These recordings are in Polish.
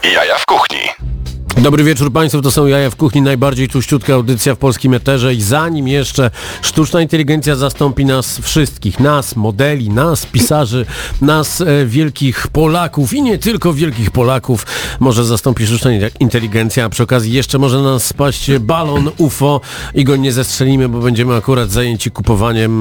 Jaja w kuchni. Dobry wieczór Państwu, to są Jaja w kuchni, najbardziej tuściutka audycja w polskim eterze i zanim jeszcze sztuczna inteligencja zastąpi nas wszystkich, nas modeli, nas pisarzy, nas wielkich Polaków i nie tylko wielkich Polaków, może zastąpi sztuczna inteligencja, a przy okazji jeszcze może nas spaść balon UFO i go nie zestrzelimy, bo będziemy akurat zajęci kupowaniem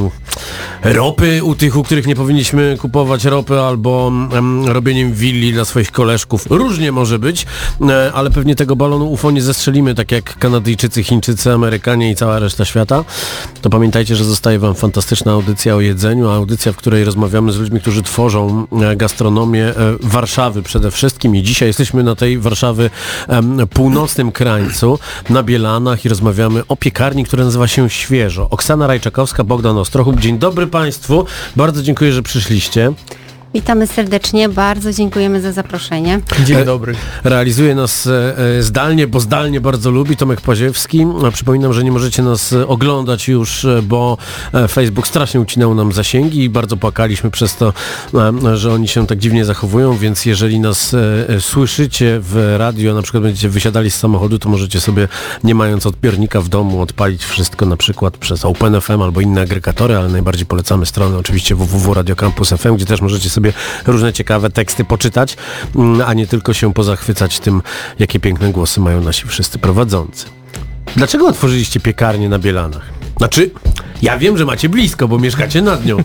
ropy u których nie powinniśmy kupować ropy, albo robieniem willi dla swoich koleżków. Różnie może być, ale pewnie tego balonu UFO nie zestrzelimy, tak jak Kanadyjczycy, Chińczycy, Amerykanie i cała reszta świata. To pamiętajcie, że zostaje Wam fantastyczna audycja o jedzeniu, audycja, w której rozmawiamy z ludźmi, którzy tworzą gastronomię Warszawy przede wszystkim. I dzisiaj jesteśmy na tej Warszawy północnym krańcu, na Bielanach i rozmawiamy o piekarni, która nazywa się Świeżo. Oksana Rajczakowska, Bogdan Ostrochub. Dzień dobry Państwu. Bardzo dziękuję, że przyszliście. Witamy serdecznie, bardzo dziękujemy za zaproszenie. Dzień dobry. Realizuje nas zdalnie, bo zdalnie bardzo lubi Tomek Paziewski. Przypominam, że nie możecie nas oglądać już, bo Facebook strasznie ucinał nam zasięgi i bardzo płakaliśmy przez to, że oni się tak dziwnie zachowują, więc jeżeli nas słyszycie w radio, na przykład będziecie wysiadali z samochodu, to możecie sobie, nie mając odbiornika w domu, odpalić wszystko na przykład przez OpenFM albo inne agregatory, ale najbardziej polecamy stronę oczywiście www.radiocampus.fm, gdzie też możecie sobie różne ciekawe teksty poczytać, a nie tylko się pozachwycać tym, jakie piękne głosy mają nasi wszyscy prowadzący. Dlaczego otworzyliście piekarnię na Bielanach? Znaczy, ja wiem, że macie blisko, bo mieszkacie nad nią.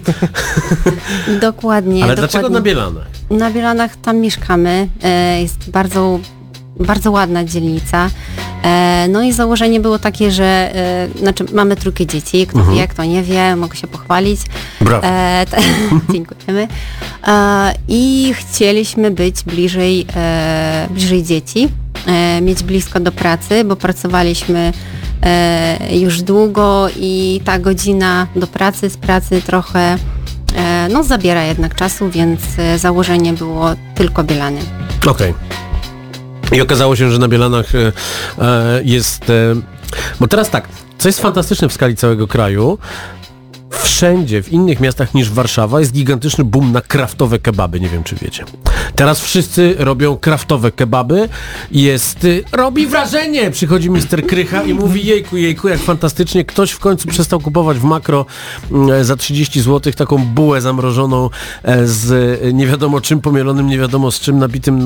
Dokładnie. Ale dlaczego na Bielanach? Na Bielanach tam mieszkamy. Jest bardzo, bardzo ładna dzielnica. No i założenie było takie, że znaczy mamy trójkę dzieci, kto wie, kto nie wie, mogę się pochwalić. Brawo. Dziękujemy. I chcieliśmy być bliżej dzieci, mieć blisko do pracy, bo pracowaliśmy już długo i ta godzina do pracy, z pracy trochę zabiera jednak czasu, więc założenie było tylko Bielany. Okej. I okazało się, że na Bielanach jest... Bo teraz tak, co jest fantastyczne w skali całego kraju, wszędzie w innych miastach niż Warszawa jest gigantyczny boom na kraftowe kebaby, nie wiem czy wiecie. Teraz wszyscy robią kraftowe kebaby, robi wrażenie, przychodzi mister Krycha i mówi jejku, jak fantastycznie, ktoś w końcu przestał kupować w Makro za 30 zł taką bułę zamrożoną z nie wiadomo czym pomielonym, nie wiadomo z czym nabitym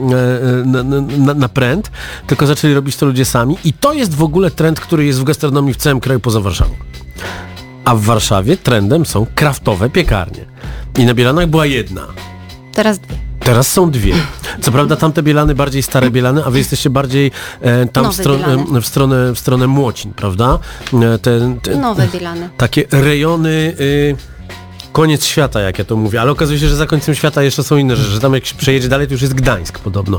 na pręt, tylko zaczęli robić to ludzie sami i to jest w ogóle trend, który jest w gastronomii w całym kraju poza Warszawą. A w Warszawie trendem są kraftowe piekarnie. I na Bielanach była jedna. Teraz dwie. Teraz są dwie. Co prawda tamte Bielany, bardziej stare Bielany, a wy jesteście bardziej tam w stronę Młocin, prawda? Nowe Bielany. Takie rejony... koniec świata, jak ja to mówię, ale okazuje się, że za końcem świata jeszcze są inne rzeczy, że tam jak się przejedzie dalej, to już jest Gdańsk podobno.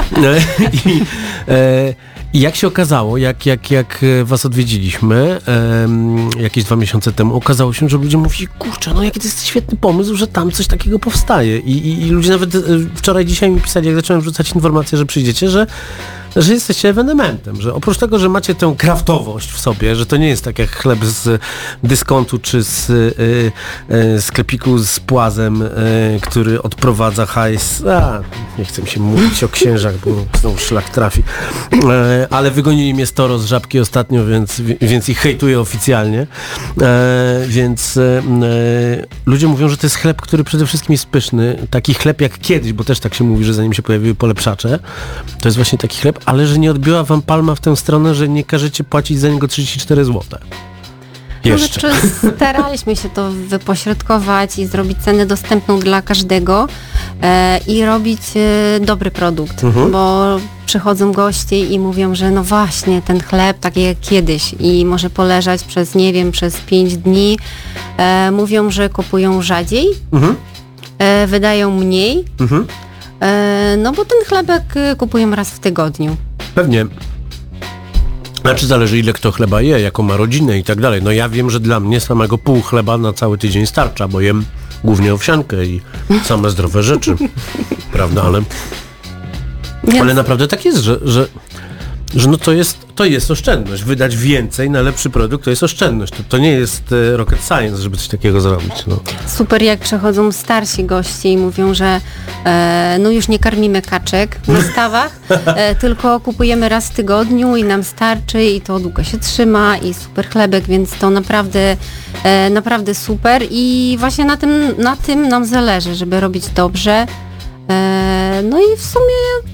I jak się okazało, jak was odwiedziliśmy jakieś 2 miesiące temu, okazało się, że ludzie mówili, kurczę, no jaki to jest świetny pomysł, że tam coś takiego powstaje. I ludzie nawet wczoraj, dzisiaj mi pisali, jak zacząłem wrzucać informacje, że przyjdziecie, że jesteście ewenementem, że oprócz tego, że macie tę kraftowość w sobie, że to nie jest tak jak chleb z dyskontu czy z sklepiku z płazem, który odprowadza hajs. Nie chcę mi się mówić o księżach, bo znowu szlak trafi. Ale wygonili mnie z Toro z Żabki ostatnio, więc ich hejtuję oficjalnie. Więc ludzie mówią, że to jest chleb, który przede wszystkim jest pyszny. Taki chleb jak kiedyś, bo też tak się mówi, że zanim się pojawiły polepszacze, to jest właśnie taki chleb, ale że nie odbiła wam palma w tę stronę, że nie każecie płacić za niego 34 zł. Jeszcze. No, znaczy, staraliśmy się to wypośrodkować i zrobić cenę dostępną dla każdego i robić dobry produkt, bo przychodzą goście i mówią, że no właśnie ten chleb taki jak kiedyś i może poleżeć przez 5 dni. Mówią, że kupują rzadziej, wydają mniej, no bo ten chlebek kupują raz w tygodniu. Pewnie. Znaczy zależy ile kto chleba je, jaką ma rodzinę i tak dalej. No ja wiem, że dla mnie samego pół chleba na cały tydzień starcza, bo jem głównie owsiankę i same zdrowe rzeczy. Prawda, ale naprawdę tak jest, że Że no to jest oszczędność. Wydać więcej na lepszy produkt to jest oszczędność. To nie jest rocket science, żeby coś takiego zrobić. No. Super, jak przechodzą starsi goście i mówią, że no już nie karmimy kaczek na stawach, tylko kupujemy raz w tygodniu i nam starczy i to długo się trzyma i super chlebek, więc to naprawdę super i właśnie na tym nam zależy, żeby robić dobrze. No i w sumie,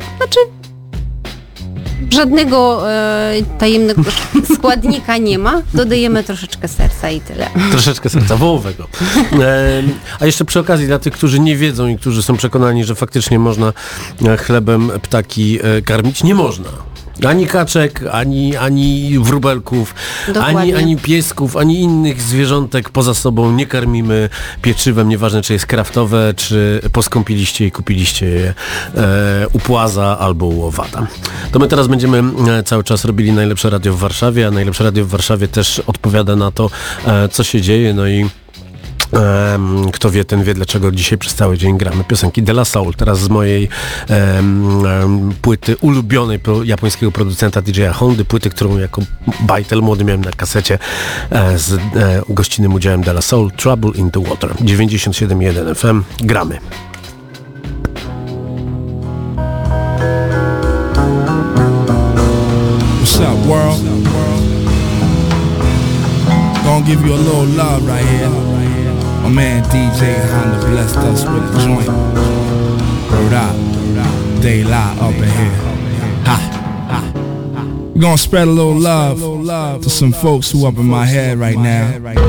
żadnego tajemnego składnika nie ma. Dodajemy troszeczkę serca i tyle. Troszeczkę serca wołowego. A jeszcze przy okazji dla tych, którzy nie wiedzą i którzy są przekonani, że faktycznie można chlebem ptaki karmić, nie można. Ani kaczek, ani wróbelków, ani piesków, ani innych zwierzątek poza sobą nie karmimy pieczywem, nieważne czy jest kraftowe, czy poskąpiliście i kupiliście je u Płaza albo u Owada. To my teraz będziemy cały czas robili Najlepsze Radio w Warszawie, a Najlepsze Radio w Warszawie też odpowiada na to, co się dzieje, no i kto wie, ten wie, dlaczego dzisiaj przez cały dzień gramy piosenki De La Soul. Teraz z mojej płyty ulubionej japońskiego producenta DJ-a Hondy, płyty, którą jako bajtel młody miałem na kasecie z gościnnym udziałem De La Soul, Trouble in the Water. 97.1 FM. Gramy. What's up, world? Gonna give you a little love right here. My man DJ Honda blessed us with the joint. Word up, they lie up in here. Ha, ha. We're gonna spread a little love to some folks who up in my head right now.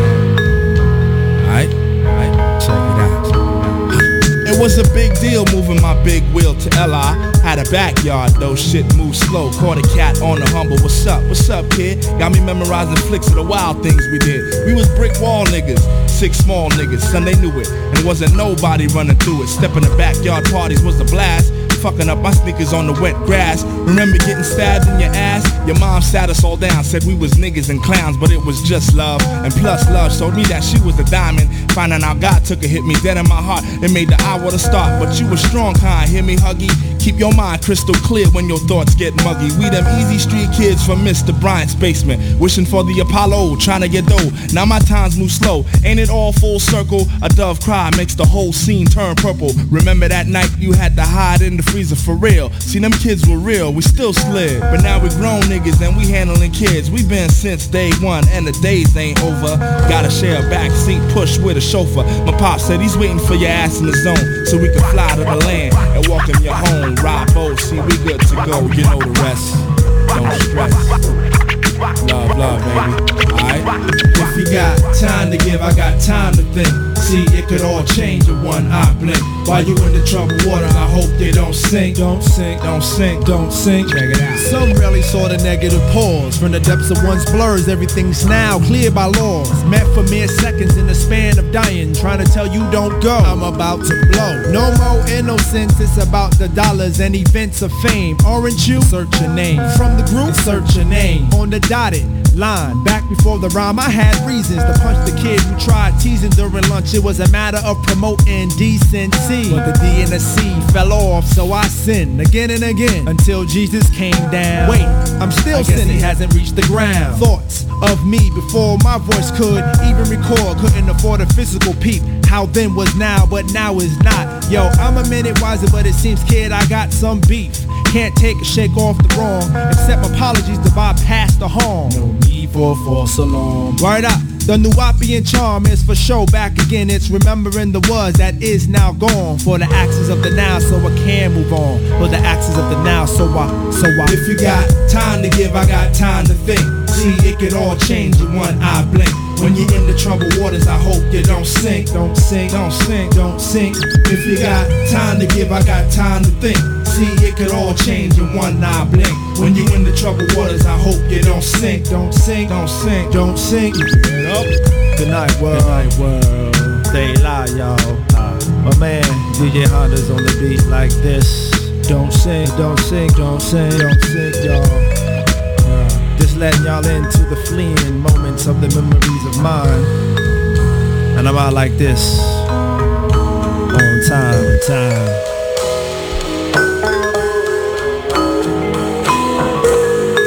Alright, check it out. It was a big deal moving my big wheel to LI. Had a backyard though, shit moved slow. Caught a cat on the humble. What's up, kid? Got me memorizing flicks of the wild things we did. We was brick wall niggas, 6 small niggas, son they knew it. And wasn't nobody running through it. Stepping to backyard parties was a blast. Fucking up my sneakers on the wet grass. Remember getting stabbed in your ass? Your mom sat us all down, said we was niggas and clowns, but it was just love. And plus love showed me that she was a diamond. Finding out God took her, hit me dead in my heart. It made the hour to start, but you was strong, kind. Hear me, Huggy? Keep your mind crystal clear when your thoughts get muggy. We them easy street kids from Mr. Bryant's basement, wishing for the Apollo, trying to get dough. Now my times move slow, ain't it all full circle? A dove cry makes the whole scene turn purple. Remember that night you had to hide in the freezer for real? See, them kids were real, we still slid. But now we grown niggas and we handling kids. We been since day one and the days ain't over. Gotta share a backseat push with a chauffeur. My pop said he's waiting for your ass in the zone so we can fly to the land and welcome you home. Ride boat, see we good to go, you know the rest. Don't stress. Love, baby. Alright. If you got time to give, I got time to think. See, it could all change in one eye blink. While you in the troubled water, I hope they don't sink. Don't sink, don't sink, don't sink. Check it out. Some rarely saw the negative pause. From the depths of one's blurs, everything's now clear by laws. Meant for mere seconds in the span of dying. Trying to tell you don't go, I'm about to blow. No more innocence, it's about the dollars and events of fame. Aren't you? Search your name. From the group, search your name. On the dotted line, back before the rhyme, I had reasons to punch the kid who tried teasing during lunch. It was a matter of promoting decency, but the D and the C fell off, so I sinned again and again until Jesus came down. Wait, I'm still sinning. He hasn't reached the ground. Thoughts of me before my voice could even record, couldn't afford a physical peep. How then was now, but now is not. Yo, I'm a minute wiser, but it seems, kid, I got some beef. Can't take a shake off the wrong, accept apologies to bypass the harm. No need for false alarm. Word up. The Nuwapian charm is for show back again. It's remembering the was that is now gone. For the axis of the now, so I can move on. For the axis of the now, so I. If you got time to give, I got time to think. See, it could all change in one eye blink. When you're in the troubled waters, I hope you don't sink. Don't sink, don't sink, don't sink. If you got time to give, I got time to think. See, it could all change in one eye blink. When you're in the troubled waters, I hope you don't sink. Don't sink, don't sink, don't sink. Good night, world. Good night, world. Stay live, y'all. My man, DJ Honda's on the beat like this. Don't sink, don't sink, don't sink, don't sink, y'all. Just letting y'all into the fleeing moments of the memories of mine. And I'm out like this. On time.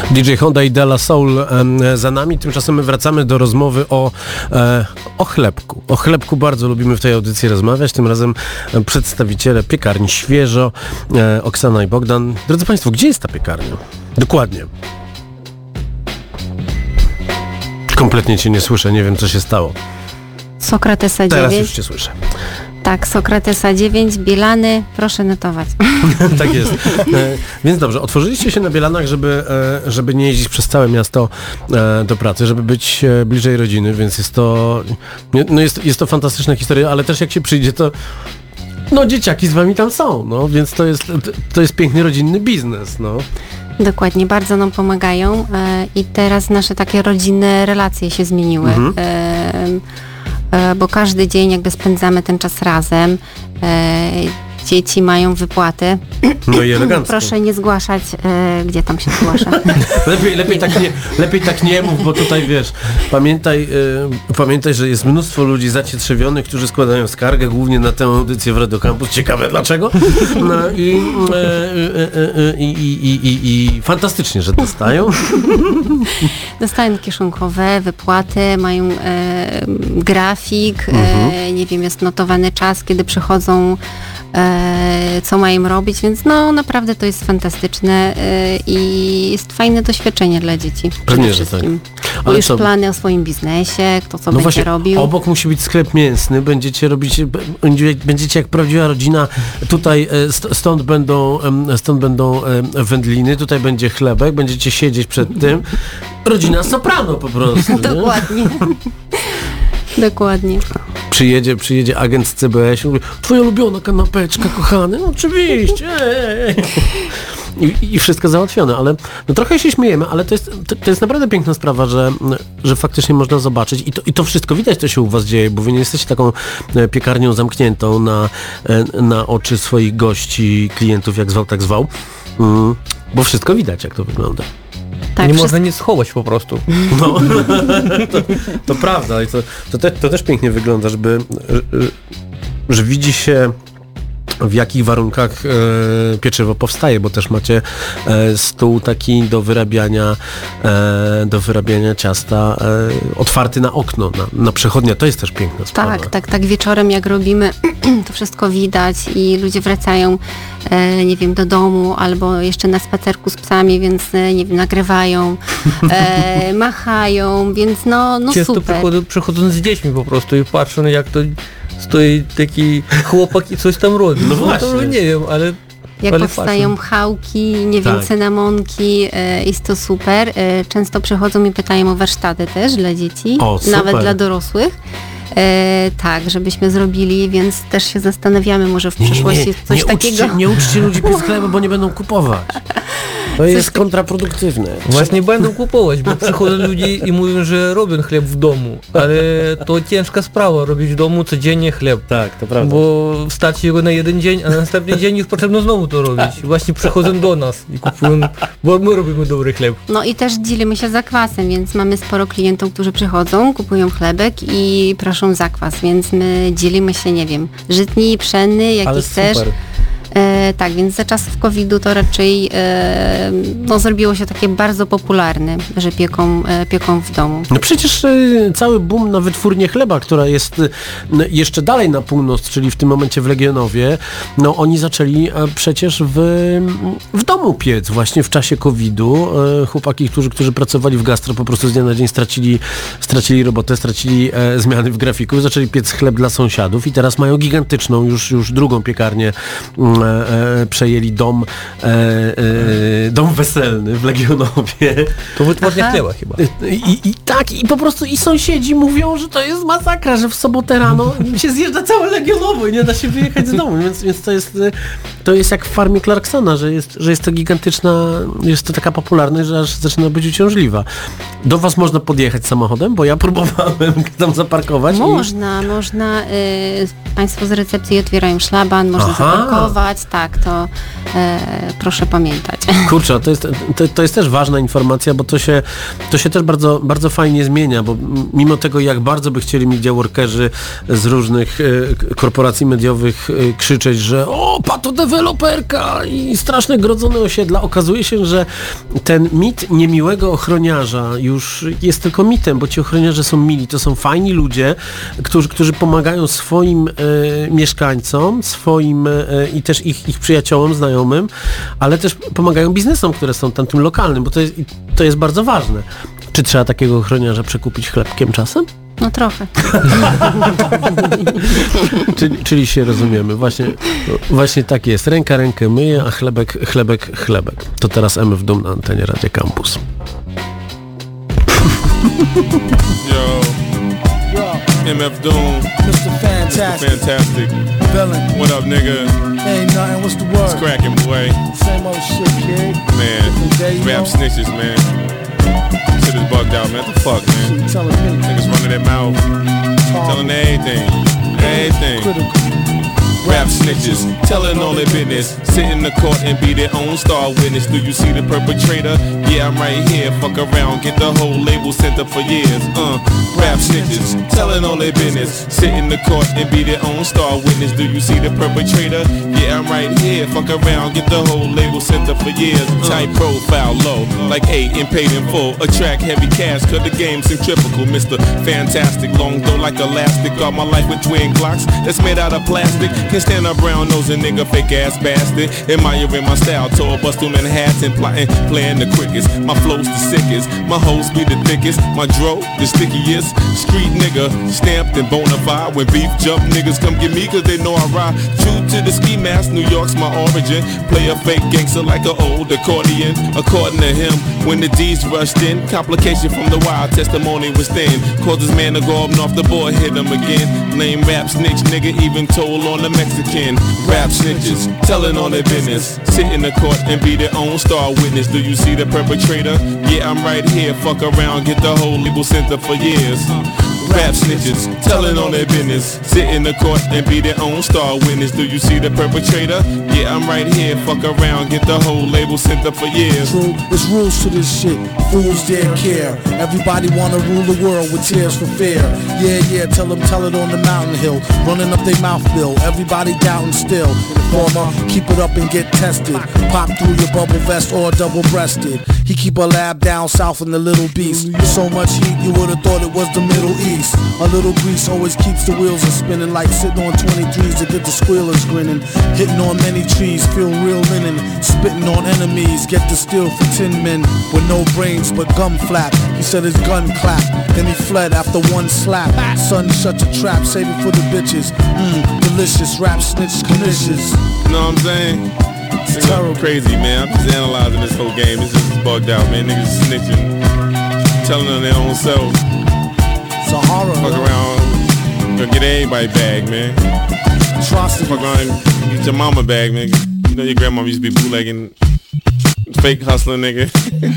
DJ Honda i Della Soul za nami. Tymczasem my wracamy do rozmowy o chlebku. O chlebku bardzo lubimy w tej audycji rozmawiać. Tym razem przedstawiciele piekarni Świeżo, Oksana i Bogdan. Drodzy Państwo, gdzie jest ta piekarnia? Dokładnie. Kompletnie Cię nie słyszę, nie wiem co się stało. Sokratesa 9. Teraz już Cię słyszę. Tak, Sokratesa 9, Bielany, proszę notować. Tak jest. Więc dobrze, otworzyliście się na Bielanach, żeby nie jeździć przez całe miasto do pracy, żeby być bliżej rodziny, więc jest to fantastyczna historia, ale też jak się przyjdzie, to dzieciaki z wami tam są, więc to jest piękny rodzinny biznes, Dokładnie, bardzo nam pomagają i teraz nasze takie rodzinne relacje się zmieniły. Bo każdy dzień jakby spędzamy ten czas razem. Dzieci mają wypłaty. No i elegancko. Proszę nie zgłaszać, gdzie tam się zgłasza. lepiej tak nie mów, bo tutaj wiesz, pamiętaj, że jest mnóstwo ludzi zacietrzewionych, którzy składają skargę głównie na tę audycję w Radio Campus. Ciekawe dlaczego. I fantastycznie, że dostają. Dostają kieszonkowe wypłaty, mają grafik, nie wiem, jest notowany czas, kiedy przychodzą, co mają robić, więc naprawdę to jest fantastyczne i jest fajne doświadczenie dla dzieci. Pewnie, że tak. Ale już plany o swoim biznesie, kto co będzie właśnie, robił. Obok musi być sklep mięsny, będziecie jak prawdziwa rodzina, tutaj stąd będą wędliny, tutaj będzie chlebek, będziecie siedzieć przed tym. Rodzina Soprano po prostu. Dokładnie. Dokładnie. Przyjedzie agent z CBS i mówi: twoja ulubiona kanapeczka, kochany. No oczywiście. I wszystko załatwione, ale trochę się śmiejemy, ale to jest naprawdę piękna sprawa, że faktycznie można zobaczyć i to wszystko widać, co się u was dzieje, bo wy nie jesteście taką piekarnią zamkniętą na oczy swoich gości, klientów, jak zwał, tak zwał, bo wszystko widać, jak to wygląda. Tak, nie można nic schować po prostu. To prawda i to też pięknie wygląda, że widzi się, w jakich warunkach pieczywo powstaje, bo też macie stół taki do wyrabiania ciasta otwarty na okno, na przechodnia. To jest też piękna sprawa. Tak. Wieczorem jak robimy, to wszystko widać i ludzie wracają, nie wiem, do domu albo jeszcze na spacerku z psami, więc nie wiem, nagrywają, machają, więc Często super. przychodzą z dziećmi po prostu i patrzą, jak to stoi taki chłopak i coś tam robi. No właśnie. To nie wiem, ale powstają chałki, nie wiem, cynamonki, jest to super. Często przychodzą i pytają o warsztaty też dla dzieci, nawet dla dorosłych. Tak, żebyśmy zrobili, więc też się zastanawiamy, może w przyszłości coś takiego. Nie uczcie ludzi piec chleba, bo nie będą kupować. To jest kontraproduktywne. Właśnie będą kupować, bo przychodzą ludzie i mówią, że robią chleb w domu, ale to ciężka sprawa, robić w domu codziennie chleb. Tak, to prawda. Bo starczy go na jeden dzień, a na następny dzień już potrzebno znowu to robić. Właśnie przychodzą do nas i kupują, bo my robimy dobry chleb. I też dzielimy się zakwasem, więc mamy sporo klientów, którzy przychodzą, kupują chlebek i proszą zakwas, więc my dzielimy się, nie wiem, żytni, pszenny, jaki chcesz. Tak, więc za czasów COVID-u to raczej zrobiło się takie bardzo popularne, że pieką w domu. No przecież cały boom na wytwórnię chleba, która jest jeszcze dalej na północ, czyli w tym momencie w Legionowie, oni zaczęli przecież w domu piec właśnie w czasie COVID-u. Chłopaki, którzy pracowali w gastro, po prostu z dnia na dzień stracili robotę, stracili zmiany w grafiku, zaczęli piec chleb dla sąsiadów i teraz mają gigantyczną już drugą piekarnię. Przejęli dom weselny w Legionowie. To wytwórnia chleba chyba. I po prostu i sąsiedzi mówią, że to jest masakra, że w sobotę rano się zjeżdża całe Legionowo i nie da się wyjechać z domu, więc to jest jak w farmie Clarksona, że jest to gigantyczna, jest to taka popularność, że aż zaczyna być uciążliwa. Do was można podjechać samochodem, bo ja próbowałem tam zaparkować. Można. Państwo z recepcji otwierają szlaban, można zaparkować. pracować, tak, to proszę pamiętać. Kurczę, to jest też ważna informacja, bo to się też bardzo, bardzo fajnie zmienia, bo mimo tego, jak bardzo by chcieli media workerzy z różnych korporacji mediowych krzyczeć, że o, patodeweloperka i straszne grodzone osiedla, okazuje się, że ten mit niemiłego ochroniarza już jest tylko mitem, bo ci ochroniarze są mili, to są fajni ludzie, którzy pomagają swoim mieszkańcom, i też ich przyjaciołom, znajomym, ale też pomagają biznesom, które są tam tym lokalnym, bo to jest bardzo ważne. Czy trzeba takiego ochroniarza przekupić chlebkiem czasem? No trochę. Czyli się rozumiemy. Właśnie tak jest. Ręka rękę myje, a chlebek. To teraz MF Doom na antenie Radia Campus. Yo, MF Doom, Mr. fantastic. Villain. What up, nigga? Ain't nothing, what's the It's word? cracking, boy. Same old shit, kid. Man, Day, you rap know? snitches, man. Shit is bugged out, man. What the fuck, man? You telling me, Niggas running their mouth, telling everything. critical. Rap snitches, telling all their business. Sit in the court and be their own star witness. Do you see the perpetrator? Yeah, I'm right here. Fuck around, get the whole label sent up for years. Rap snitches, telling all their business. Sit in the court and be their own star witness. Do you see the perpetrator? Yeah, I'm right here. Fuck around, get the whole label sent up for years. Tight profile, low, like 8 and paid in full. Attract heavy cash, cut the game centrifugal. Mr. Fantastic, long though like elastic. Got my life with twin Glocks that's made out of plastic. Can't stand up brown nose and nigga fake ass bastard. Admiring my style, tall bust through Manhattan, plotting, playing the quickest. My flow's the sickest, my hoes be the thickest. My dro, the stickiest. Street nigga, stamped and bona fide. When beef jump, niggas come get me cause they know I ride. True to the ski mask, New York's my origin. Play a fake gangster like an old accordion. According to him, when the D's rushed in, complication from the wild testimony was thin. Caused his man to go up and off the board, hit him again. Lame rap snitch nigga, even told on the Mexican. Rap snitches, telling all their business. Sit in the court and be their own star witness. Do you see the perpetrator? Yeah, I'm right here. Fuck around, get the whole legal center for years. Rap snitches, telling all their business. Sit in the court and be their own star witness. Do you see the perpetrator? Yeah, I'm right here. Fuck around, get the whole label sent up for years. True, there's rules to this shit. Fools dare care. Everybody wanna rule the world with tears for fear. Yeah, tell it on the mountain hill. Running up their mouth bill. Everybody doubting still. Informer, keep it up and get tested. Pop through your bubble vest or double-breasted. He keep a lab down south in the Little Beast. So much heat you would've thought it was the Middle East. A little grease always keeps the wheels a spinning. Like sitting on 23s to get the squealers grinning. Hitting on many trees, feel real linen. Spitting on enemies, get the steel for 10 men. With no brains but gum flap. He said his gun clapped, then he fled after one slap. Son, shut your trap, save it for the bitches. Delicious, rap snitch conditions. You know what I'm saying? It's terrible. Crazy, man. I'm just analyzing this whole game. It's just bugged out, man. Niggas snitching, telling on their own self. It's a horror. Fuck around, gonna get everybody bag, man. Atrocity. Fuck around and get your mama bag, nigga. You know your grandma used to be bootlegging, fake hustling, nigga.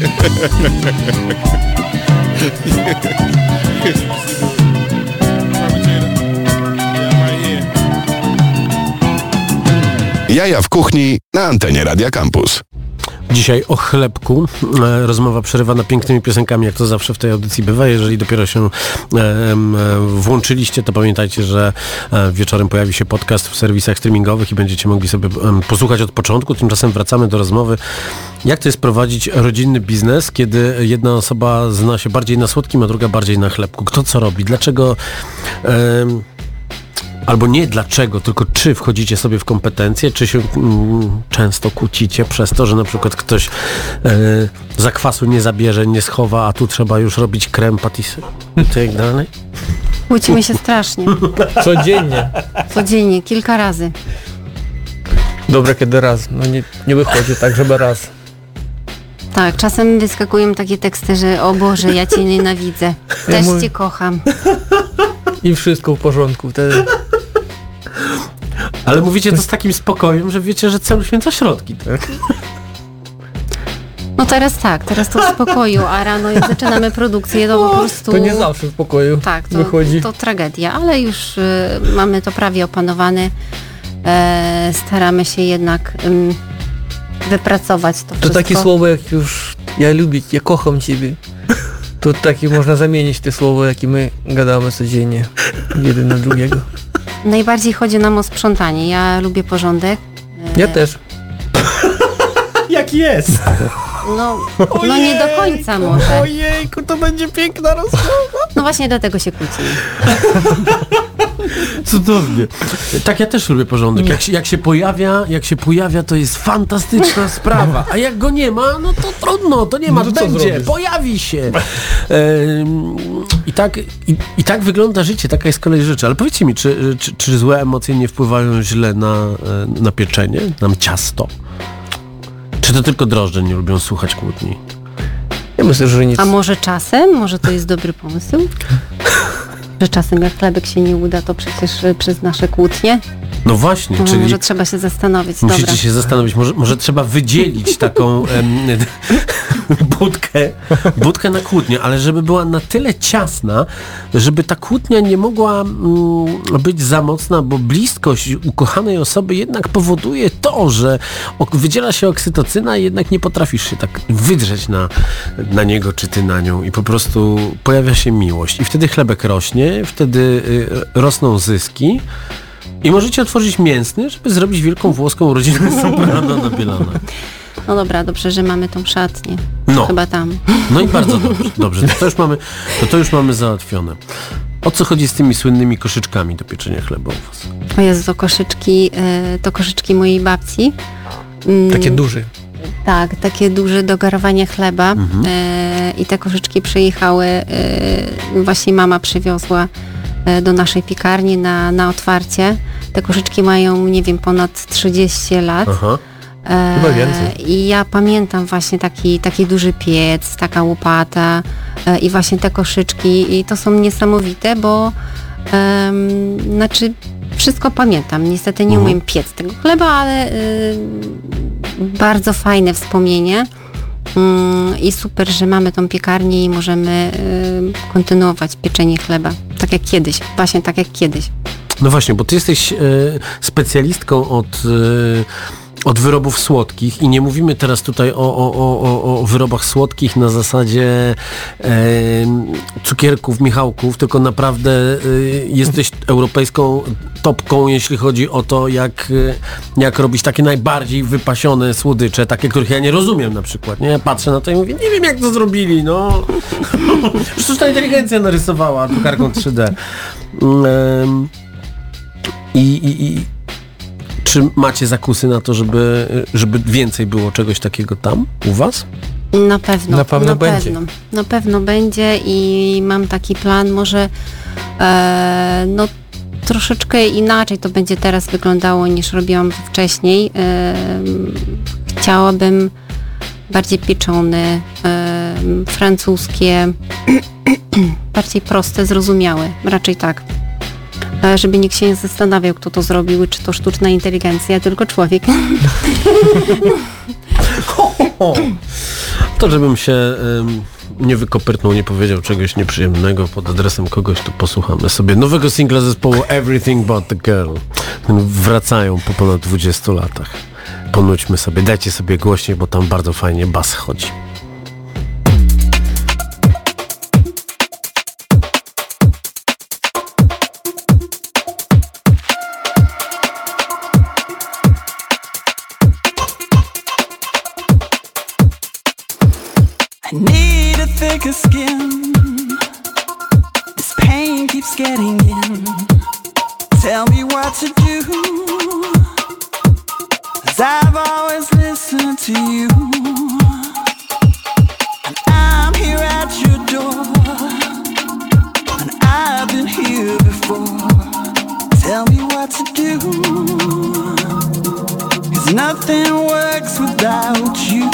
Jaja w kuchni na antenie Radia Campus. Dzisiaj o chlebku. Rozmowa przerywana pięknymi piosenkami, jak to zawsze w tej audycji bywa. Jeżeli dopiero się włączyliście, to pamiętajcie, że wieczorem pojawi się podcast w serwisach streamingowych i będziecie mogli sobie posłuchać od początku. Tymczasem wracamy do rozmowy. Jak to jest prowadzić rodzinny biznes, kiedy jedna osoba zna się bardziej na słodkim, a druga bardziej na chlebku? Kto co robi? Dlaczego... Albo nie dlaczego, tylko czy wchodzicie sobie w kompetencje, czy się często kłócicie przez to, że na przykład ktoś zakwasu nie zabierze, nie schowa, a tu trzeba już robić krem patisy i tak dalej? Kłócimy się strasznie. Codziennie, kilka razy. Dobre kiedy raz, no nie wychodzi tak, żeby raz. Tak, czasem wyskakują takie teksty, że o Boże, ja Cię nienawidzę. Też Cię kocham. I wszystko w porządku wtedy. Ale mówicie to z takim spokojem, że wiecie, że cel uświęca środki, tak? No teraz tak, teraz to w spokoju, a rano jak zaczynamy produkcję, to po prostu... To nie zawsze w spokoju tak, wychodzi. To tragedia, ale już mamy to prawie opanowane staramy się jednak wypracować to To wszystko. takie słowo jak już ja lubię, ja kocham ciebie. To takie można zamienić te słowa, jakie my gadamy codziennie jeden na drugiego. Najbardziej chodzi nam o sprzątanie. Ja lubię porządek. Ja też. Jak jest? No nie do końca może. Ojejku, to będzie piękna rozmowa. No właśnie dlatego się kłócimy. Cudownie. Tak, ja też lubię porządek. Jak się pojawia, to jest fantastyczna sprawa. A jak go nie ma, no to trudno, to nie ma, No to co będzie, zrobisz? pojawi się. I tak wygląda życie, taka jest kolej rzeczy. Ale powiedzcie mi, czy złe emocje nie wpływają źle na pieczenie, na ciasto? Czy to tylko drożdże nie lubią słuchać kłótni? Ja myślę, że nic. A może czasem? Może to jest dobry pomysł? Że czasem jak chlebek się nie uda, to przecież przez nasze kłótnie. No właśnie, No, czyli może trzeba się zastanowić. musicie Dobra. się zastanowić, może trzeba wydzielić taką budkę na kłótnię, ale żeby była na tyle ciasna, żeby ta kłótnia nie mogła być za mocna, bo bliskość ukochanej osoby jednak powoduje to, że wydziela się oksytocyna i jednak nie potrafisz się tak wydrzeć na niego czy ty na nią i po prostu pojawia się miłość i wtedy chlebek rośnie, wtedy rosną zyski. I możecie otworzyć mięsny, żeby zrobić wielką włoską rodzinę Soprano na Bielana. No dobra, dobrze, że mamy tą szatnię. No. Chyba tam. No i bardzo dobrze. To już mamy załatwione. O co chodzi z tymi słynnymi koszyczkami do pieczenia chleba u was? O Jezu, to koszyczki mojej babci. Takie duże. Tak, takie duże do garowania chleba. I te koszyczki przyjechały, właśnie mama przywiozła do naszej piekarni na otwarcie. Te koszyczki mają, nie wiem, ponad 30 lat. Aha. Chyba więcej. I ja pamiętam właśnie taki duży piec, taka łopata i właśnie te koszyczki i to są niesamowite, bo znaczy wszystko pamiętam. Niestety nie umiem piec tego chleba, ale bardzo fajne wspomnienie. I super, że mamy tą piekarnię i możemy kontynuować pieczenie chleba. Tak jak kiedyś, właśnie tak jak kiedyś. No właśnie, bo ty jesteś specjalistką od wyrobów słodkich i nie mówimy teraz tutaj o wyrobach słodkich na zasadzie cukierków, michałków, tylko naprawdę jesteś europejską topką, jeśli chodzi o to, jak robić takie najbardziej wypasione słodycze, takie, których ja nie rozumiem na przykład, nie? Ja patrzę na to i mówię, nie wiem jak to zrobili, no. Sztuczna inteligencja narysowała drukarką 3D. Czy macie zakusy na to, żeby więcej było czegoś takiego tam u was? Na pewno. Na pewno będzie i mam taki plan, może no troszeczkę inaczej to będzie teraz wyglądało niż robiłam wcześniej. Chciałabym bardziej pieczone, francuskie, bardziej proste, zrozumiałe, raczej tak. Żeby nikt się nie zastanawiał, kto to zrobił, czy to sztuczna inteligencja, tylko człowiek. To żebym się nie wykopyrtnął, nie powiedział czegoś nieprzyjemnego pod adresem kogoś, to posłuchamy sobie nowego singla zespołu Everything But The Girl. Wracają po ponad 20 latach. Ponućmy sobie, dajcie sobie głośniej, bo tam bardzo fajnie bas chodzi. I need a thicker skin. This pain keeps getting in. Tell me what to do, 'cause I've always listened to you. And I'm here at your door, and I've been here before. Tell me what to do, 'cause nothing works without you.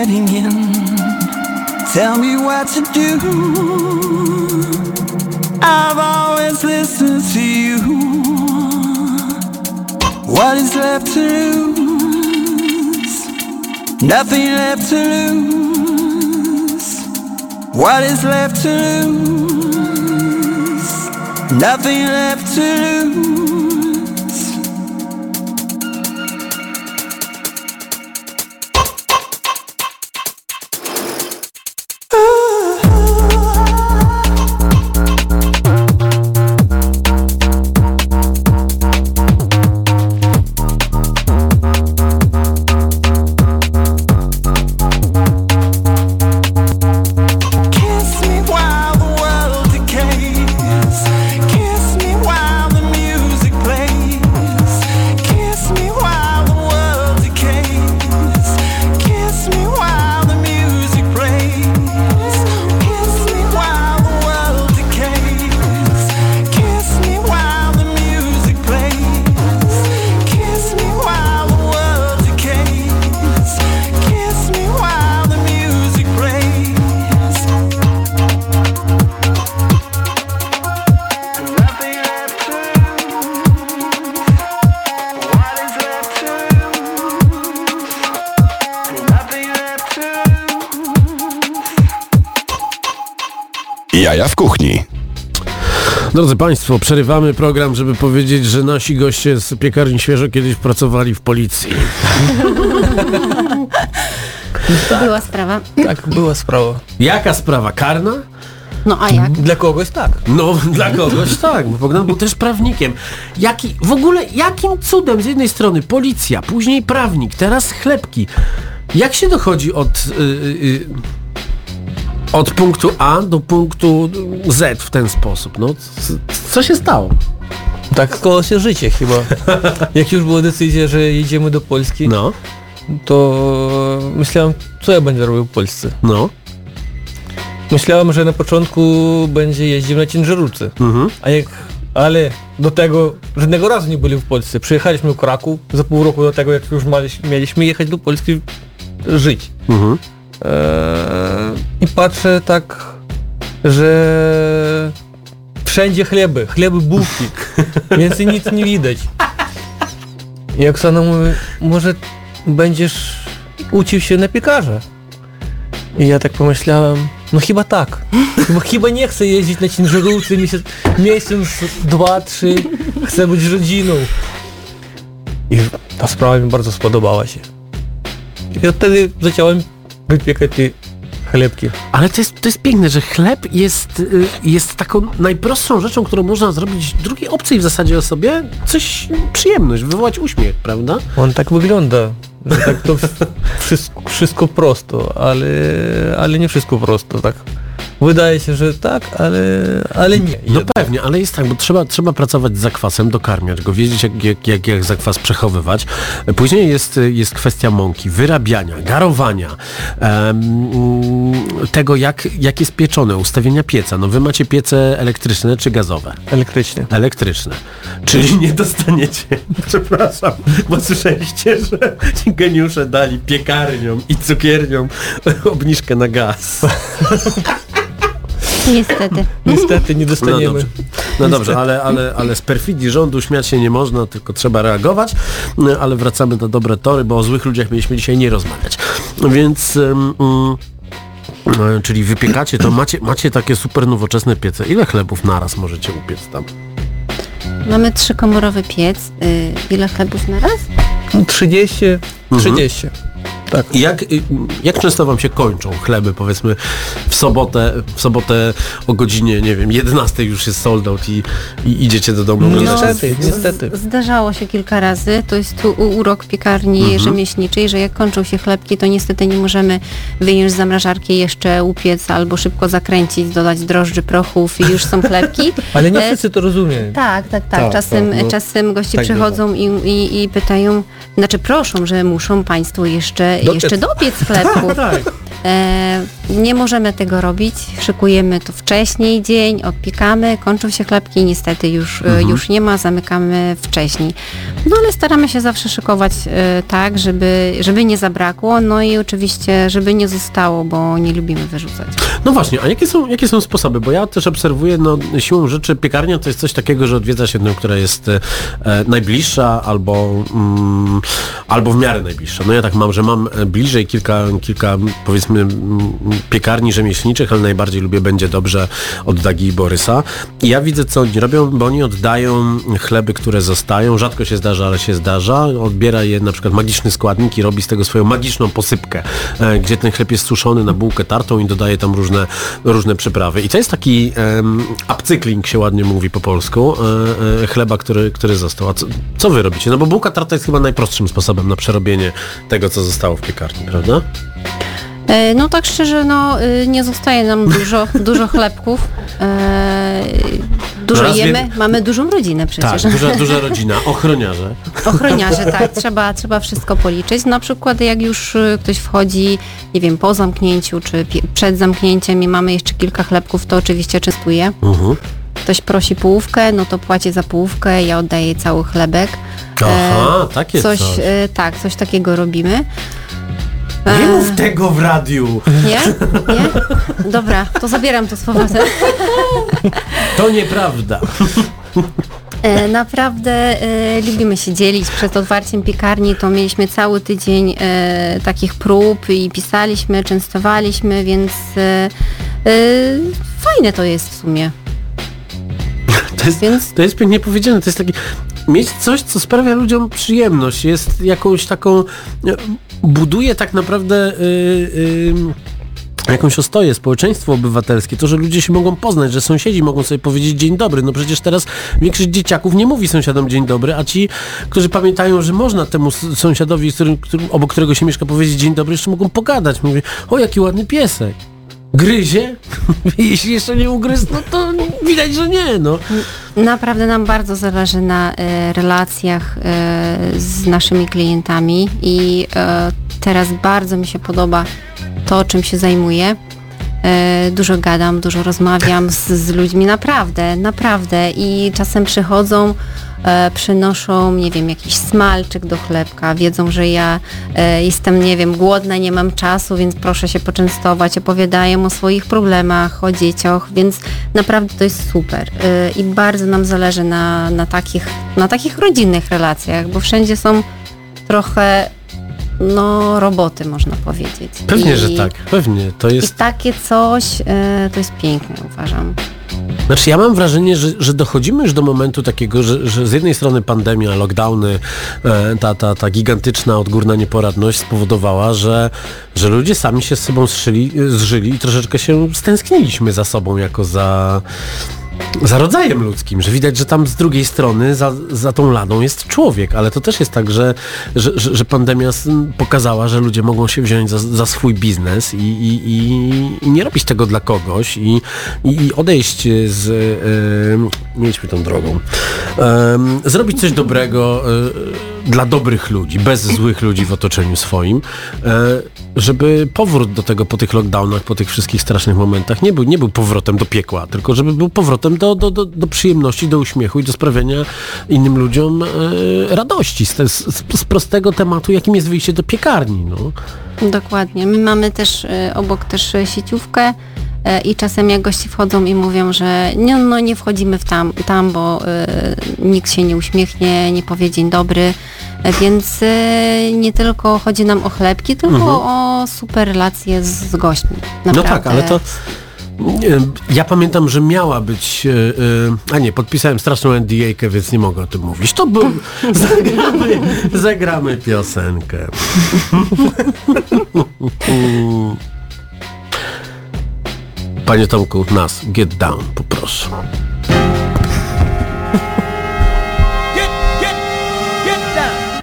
getting in. Tell me what to do. I've always listened to you. What is left to lose? Nothing left to lose. What is left to lose? Nothing left to lose. Jaja w kuchni. Drodzy Państwo, przerywamy program, żeby powiedzieć, że nasi goście z piekarni Świeżo kiedyś pracowali w policji. Była sprawa. Tak, była sprawa. Jaka sprawa? Karna? No a jak? Dla kogoś tak. No, dla kogoś tak, bo Bogdan był też prawnikiem. Jakim cudem z jednej strony policja, później prawnik, teraz chlebki. Jak się dochodzi od punktu A do punktu Z w ten sposób? No, co się stało? Tak składało się życie chyba. Jak już była decyzja, że jedziemy do Polski, No, to myślałem, co ja będę robił w Polsce. no. Myślałem, że na początku będzie jeździł na ciężarówce. Mhm. Ale do tego żadnego razu nie byli w Polsce. Przyjechaliśmy do Kraków za pół roku do tego, jak już mieliśmy jechać do Polski żyć. Mhm. I patrzę tak, że wszędzie chleby, bułki, więcej nic nie widać. I Oksana mówi, może będziesz uczył się na piekarza. I ja tak pomyślałem, no chyba tak. Chyba nie chcę jeździć na ciężarówce miesiąc, 2, 3, chcę być rodziną. I ta sprawa mi bardzo spodobała się. I wtedy zacząłem wypiekać te chlebki. Ale to jest piękne, że chleb jest taką najprostszą rzeczą, którą można zrobić drugiej obcej w zasadzie osobie, przyjemność, wywołać uśmiech, prawda? On tak wygląda. Tak to wszystko prosto, ale nie wszystko prosto, tak. Wydaje się, że tak, ale nie. No pewnie, ale jest tak, bo trzeba pracować z zakwasem, dokarmiać go, wiedzieć jak zakwas przechowywać. Później jest kwestia mąki, wyrabiania, garowania, tego jak jest pieczone, ustawienia pieca. No wy macie piece elektryczne czy gazowe? Elektryczne. Czyli nie dostaniecie, przepraszam, bo słyszeliście, że geniusze dali piekarniom i cukierniom obniżkę na gaz. Niestety nie dostaniemy. No dobrze, ale z perfidii rządu śmiać się nie można, tylko trzeba reagować, ale wracamy na dobre tory, bo o złych ludziach mieliśmy dzisiaj nie rozmawiać. Więc czyli wypiekacie, to macie takie super nowoczesne piece. Ile chlebów naraz możecie upiec tam? Mamy 3-komorowy piec. Ile chlebów na raz? 30. Tak. I jak często wam się kończą chleby, powiedzmy w sobotę o godzinie, nie wiem, 11 już jest sold out i idziecie do domu? Niestety. Zdarzało się kilka razy, to jest tu urok piekarni rzemieślniczej, że jak kończą się chlebki, to niestety nie możemy wyjąć z zamrażarki jeszcze upiec albo szybko zakręcić, dodać drożdży, prochów i już są chlebki. Ale nie wszyscy to rozumieją. Tak. Czasem goście tak przychodzą i pytają, znaczy proszą, że muszą Państwo jeszcze dopiec chlebków. nie możemy tego robić, szykujemy to wcześniej dzień, odpiekamy, kończą się chlebki i niestety już nie ma, zamykamy wcześniej. No ale staramy się zawsze szykować tak, żeby nie zabrakło, no i oczywiście, żeby nie zostało, bo nie lubimy wyrzucać. No właśnie, a jakie są sposoby? Bo ja też obserwuję, no siłą rzeczy piekarnia to jest coś takiego, że odwiedzasz jedną, która jest najbliższa albo w miarę najbliższa. No ja tak mam, że mam bliżej kilka powiedzmy piekarni rzemieślniczych, ale najbardziej lubię Będzie Dobrze od Dagi i Borysa. I ja widzę, co oni robią, bo oni oddają chleby, które zostają. Rzadko się zdarza, ale się zdarza. Odbiera je na przykład magiczny składnik i robi z tego swoją magiczną posypkę, gdzie ten chleb jest suszony na bułkę tartą i dodaje tam różne przyprawy. I to jest taki upcykling, się ładnie mówi po polsku, chleba, który został. A co wy robicie? No bo bułka tarta jest chyba najprostszym sposobem na przerobienie tego, co zostało w piekarni, prawda? No tak szczerze, nie zostaje nam dużo chlebków. Dużo jemy, mamy dużą rodzinę przecież. Tak, duża rodzina, ochroniarze. Ochroniarze, tak, trzeba wszystko policzyć. Na przykład jak już ktoś wchodzi, nie wiem, po zamknięciu, czy przed zamknięciem i mamy jeszcze kilka chlebków, to oczywiście częstuje. Ktoś prosi połówkę, no to płaci za połówkę, ja oddaję cały chlebek. Aha, takie coś. Tak, coś takiego robimy. Nie mów tego w radiu. Nie? Dobra, to zabieram to z powrotem. To nieprawda. Naprawdę lubimy się dzielić. Przed otwarciem piekarni to mieliśmy cały tydzień takich prób i pisaliśmy, częstowaliśmy, więc fajne to jest w sumie. To jest pięknie powiedziane. To jest taki... Mieć coś, co sprawia ludziom przyjemność. Jest jakąś taką... Buduje tak naprawdę... jakąś ostoję, społeczeństwo obywatelskie, to, że ludzie się mogą poznać, że sąsiedzi mogą sobie powiedzieć dzień dobry. No przecież teraz większość dzieciaków nie mówi sąsiadom dzień dobry, a ci, którzy pamiętają, że można temu sąsiadowi, obok którego się mieszka, powiedzieć dzień dobry, jeszcze mogą pogadać. Mówi, o jaki ładny piesek. Gryzie? Jeśli jeszcze nie ugryzł, no to widać, że nie, no. Naprawdę nam bardzo zależy na relacjach z naszymi klientami i teraz bardzo mi się podoba to, czym się zajmuję. Dużo gadam, dużo rozmawiam z ludźmi, naprawdę i czasem przychodzą, przynoszą, nie wiem, jakiś smalczyk do chlebka, wiedzą, że ja jestem, nie wiem, głodna, nie mam czasu, więc proszę się poczęstować, opowiadają o swoich problemach, o dzieciach, więc naprawdę to jest super i bardzo nam zależy na takich rodzinnych relacjach, bo wszędzie są trochę roboty, można powiedzieć. Pewnie, że tak, pewnie. To jest... I takie coś, to jest piękne, uważam. Znaczy ja mam wrażenie, że dochodzimy już do momentu takiego, że z jednej strony pandemia, lockdowny, ta gigantyczna odgórna nieporadność spowodowała, że ludzie sami się z sobą zżyli i troszeczkę się stęskniliśmy za sobą jako za rodzajem ludzkim, że widać, że tam z drugiej strony za tą ladą jest człowiek, ale to też jest tak, że pandemia pokazała, że ludzie mogą się wziąć za swój biznes i nie robić tego dla kogoś i odejść nie idźmy tą drogą, zrobić coś dobrego dla dobrych ludzi, bez złych ludzi w otoczeniu swoim, żeby powrót do tego po tych lockdownach, po tych wszystkich strasznych momentach nie był powrotem do piekła, tylko żeby był powrotem do przyjemności, do uśmiechu i do sprawiania innym ludziom radości z prostego tematu, jakim jest wyjście do piekarni. No. Dokładnie. My mamy też obok sieciówkę i czasem jak goście wchodzą i mówią, że nie wchodzimy w tam, bo nikt się nie uśmiechnie, nie powie dzień dobry, więc nie tylko chodzi nam o chlebki, tylko o super relacje z gośćmi. Naprawdę. No tak, ale to ja pamiętam, że miała być podpisałem straszną NDA-kę, więc nie mogę o tym mówić. To był zagramy piosenkę. Panie Tomku, nas, get down, poproszę. Get down.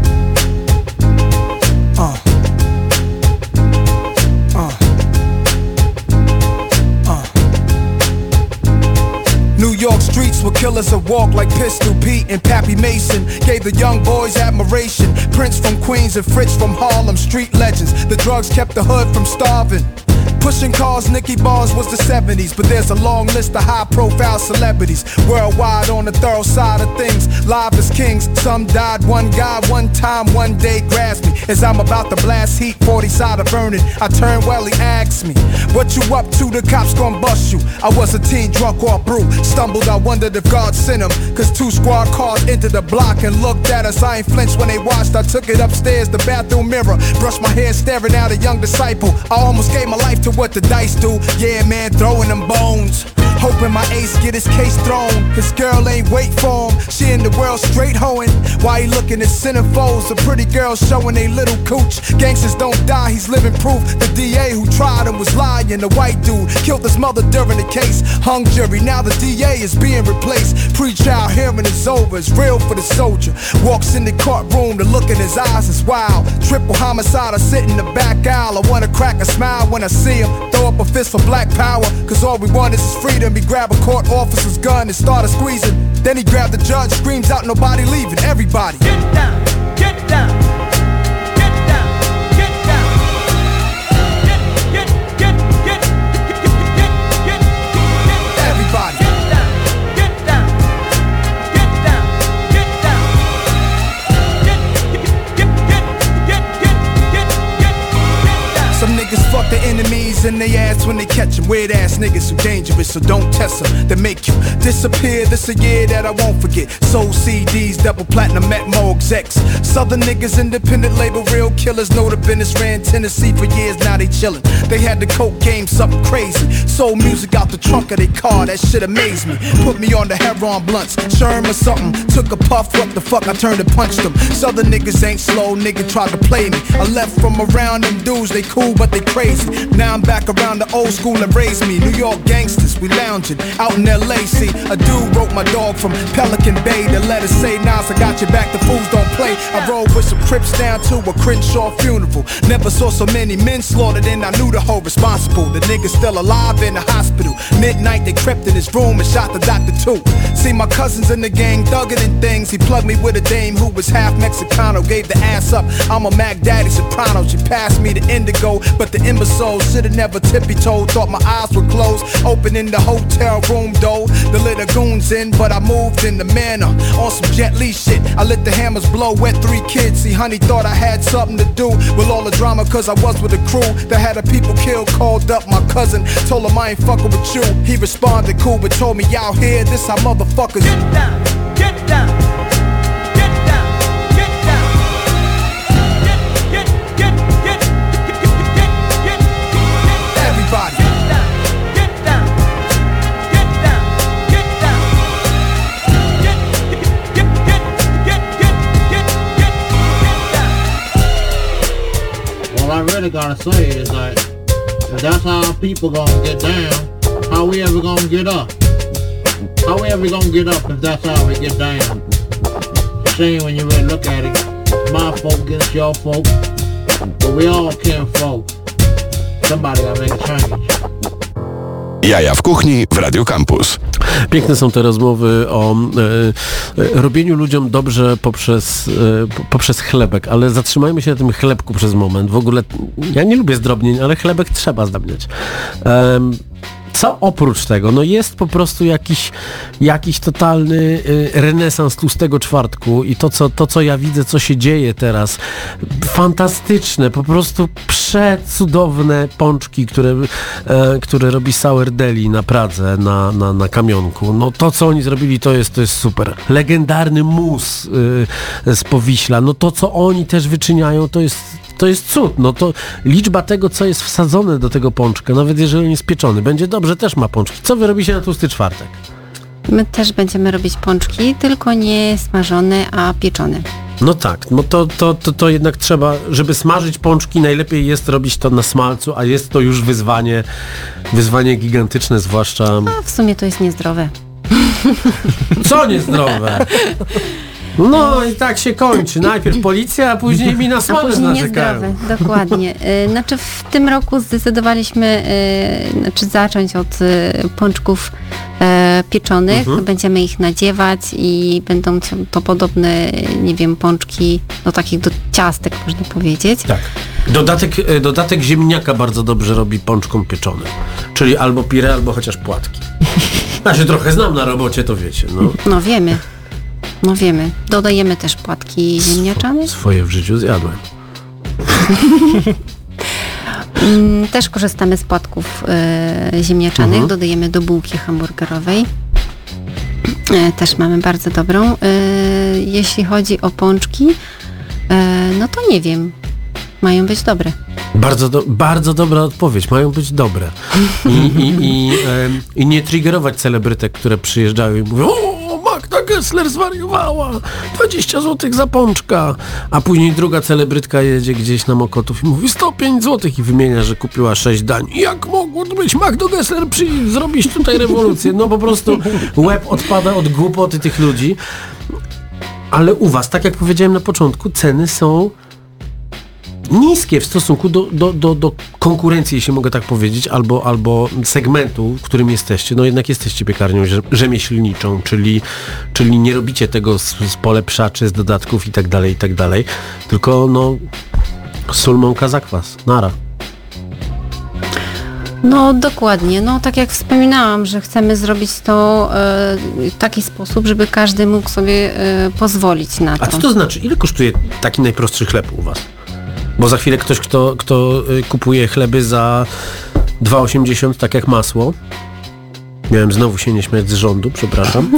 New York streets where killers would walk like Pistol Pete and Pappy Mason. Gave the young boys admiration. Prince from Queens and Fritz from Harlem, street legends. The drugs kept the hood from starving. Pushing cars, Nicky Bars was the 70s, but there's a long list of high-profile celebrities worldwide on the thorough side of things. Live as kings, some died. One guy, one time, one day grasped me as I'm about to blast heat, 40 side of burning. I turned well, he asked me, "What you up to? The cops gon' bust you." I was a teen drunk off brew, stumbled. I wondered if God sent him, 'cause 2 squad cars entered the block and looked at us. I ain't flinched when they watched. I took it upstairs, the bathroom mirror, brushed my hair, staring at a young disciple. I almost gave my life to what the dice do. Yeah, man, throwing them bones. Hoping my ace get his case thrown. His girl ain't wait for him. She in the world straight hoeing. Why he looking at centerfolds? A pretty girl showing they little cooch. Gangsters don't die, he's living proof. The DA who tried him was lying. The white dude killed his mother during the case. Hung jury, now the DA is being replaced. Pre-trial hearing is over, it's real for the soldier. Walks in the courtroom, the look in his eyes is wild. Triple homicide, I sit in the back aisle. I wanna crack a smile when I see him. Throw up a fist for black power, 'cause all we want is freedom. He grabbed a court officer's gun and started squeezing. Then he grabbed the judge, screams out, "Nobody leaving, everybody get down, get down, get down, get down, get everybody get down, get down, get down, get down, get. Some niggas fuck their enemies in their ass when they catch them. Weird ass niggas who dangerous, so don't test them. They make you disappear. This a year that I won't forget. Sold CDs, double platinum, met more execs. Southern niggas, independent label, real killers. Know the business, ran Tennessee for years, now they chillin'. They had the coke game, something crazy. Sold music out the trunk of their car, that shit amazed me. Put me on the heroin blunts, Sherm or something. Took a puff, what the fuck, I turned and punched them. Southern niggas ain't slow, nigga tried to play me. I left from around them dudes, they cool but they crazy. Now I'm back around the old school that raised me. New York gangsters, we lounging out in LA. See, a dude wrote my dog from Pelican Bay. The letter say, "Nas, I got your back, the fools don't play." I rode with some Crips down to a Crenshaw funeral. Never saw so many men slaughtered and I knew the whole responsible. The nigga's still alive in the hospital. Midnight they crept in his room and shot the doctor too. See, my cousins in the gang thugging and things. He plugged me with a dame who was half Mexicano. Gave the ass up, I'm a Mac Daddy soprano. She passed me the indigo, but the imbecile should've never tippy-toed. Thought my eyes were closed, opening the hotel room door. The little goons in, but I moved in the manner. On some Jet Li shit, I let the hammers blow, wet 3 kids. See, honey thought I had something to do with all the drama, 'cause I was with a crew that had a people killed. Called up my cousin, told him I ain't fucking with you. He responded cool, but told me, "Y'all here, this how motherfuckers get down, get down. What I really gotta say is like, if that's how people gonna get down, how we ever gonna get up? How we ever gonna get up if that's how we get down? Shame when you really look at it. My folk against your folk, but we all kin folk. Somebody gotta make a change. Jaja w kuchni w Radio Campus. Piękne są te rozmowy o robieniu ludziom dobrze poprzez chlebek, ale zatrzymajmy się na tym chlebku przez moment. W ogóle ja nie lubię zdrobnień, ale chlebek trzeba zdrobniać. Co oprócz tego? No jest po prostu jakiś totalny renesans tłustego czwartku i to co ja widzę, co się dzieje teraz, fantastyczne, po prostu przecudowne pączki, które robi Sour Deli na Pradze, na Kamionku. No to co oni zrobili, to jest super. Legendarny mus z Powiśla, no to co oni też wyczyniają, to jest cud. No to liczba tego, co jest wsadzone do tego pączka, nawet jeżeli on jest pieczony, będzie dobrze, też ma pączki. Co wy robicie na tłusty czwartek? My też będziemy robić pączki, tylko nie smażone, a pieczone. No tak, no to jednak trzeba, żeby smażyć pączki, najlepiej jest robić to na smalcu, a jest to już wyzwanie gigantyczne, zwłaszcza... A w sumie to jest niezdrowe. Co niezdrowe? No i tak się kończy. Najpierw policja, a później mi na smalec narzekają. Dokładnie. Znaczy w tym roku zdecydowaliśmy zacząć od pączków pieczonych. Będziemy ich nadziewać i będą to podobne, nie wiem, pączki, no takich do ciastek można powiedzieć. Tak. Dodatek ziemniaka bardzo dobrze robi pączkom pieczonym. Czyli albo pire, albo chociaż płatki. Ja się trochę znam na robocie, to wiecie. No wiemy. No wiemy. Dodajemy też płatki ziemniaczane. Swoje w życiu zjadłem. Też korzystamy z płatków ziemniaczanych. Dodajemy do bułki hamburgerowej. Też mamy bardzo dobrą. Jeśli chodzi o pączki, no to nie wiem. Mają być dobre. Bardzo dobra odpowiedź. Mają być dobre. I nie triggerować celebrytek, które przyjeżdżają i mówią: o, Magda Gessler zwariowała, 20 zł za pączka. A później druga celebrytka jedzie gdzieś na Mokotów i mówi 105 zł i wymienia, że kupiła 6 dań. Jak mogło to być? Magda Gessler zrobić tutaj rewolucję? No po prostu łeb odpada od głupoty tych ludzi. Ale u was, tak jak powiedziałem na początku, ceny są niskie w stosunku do konkurencji, jeśli mogę tak powiedzieć, albo segmentu, w którym jesteście. No jednak jesteście piekarnią rzemieślniczą, czyli nie robicie tego z polepszaczy, z dodatków i tak dalej, tylko sól, mąka, zakwas. Nara. No dokładnie, tak jak wspominałam, że chcemy zrobić to w taki sposób, żeby każdy mógł sobie pozwolić na to. A co to znaczy? Ile kosztuje taki najprostszy chleb u was? Bo za chwilę ktoś, kto kupuje chleby za 2,80, tak jak masło. Miałem znowu się nie śmiać z rządu, przepraszam.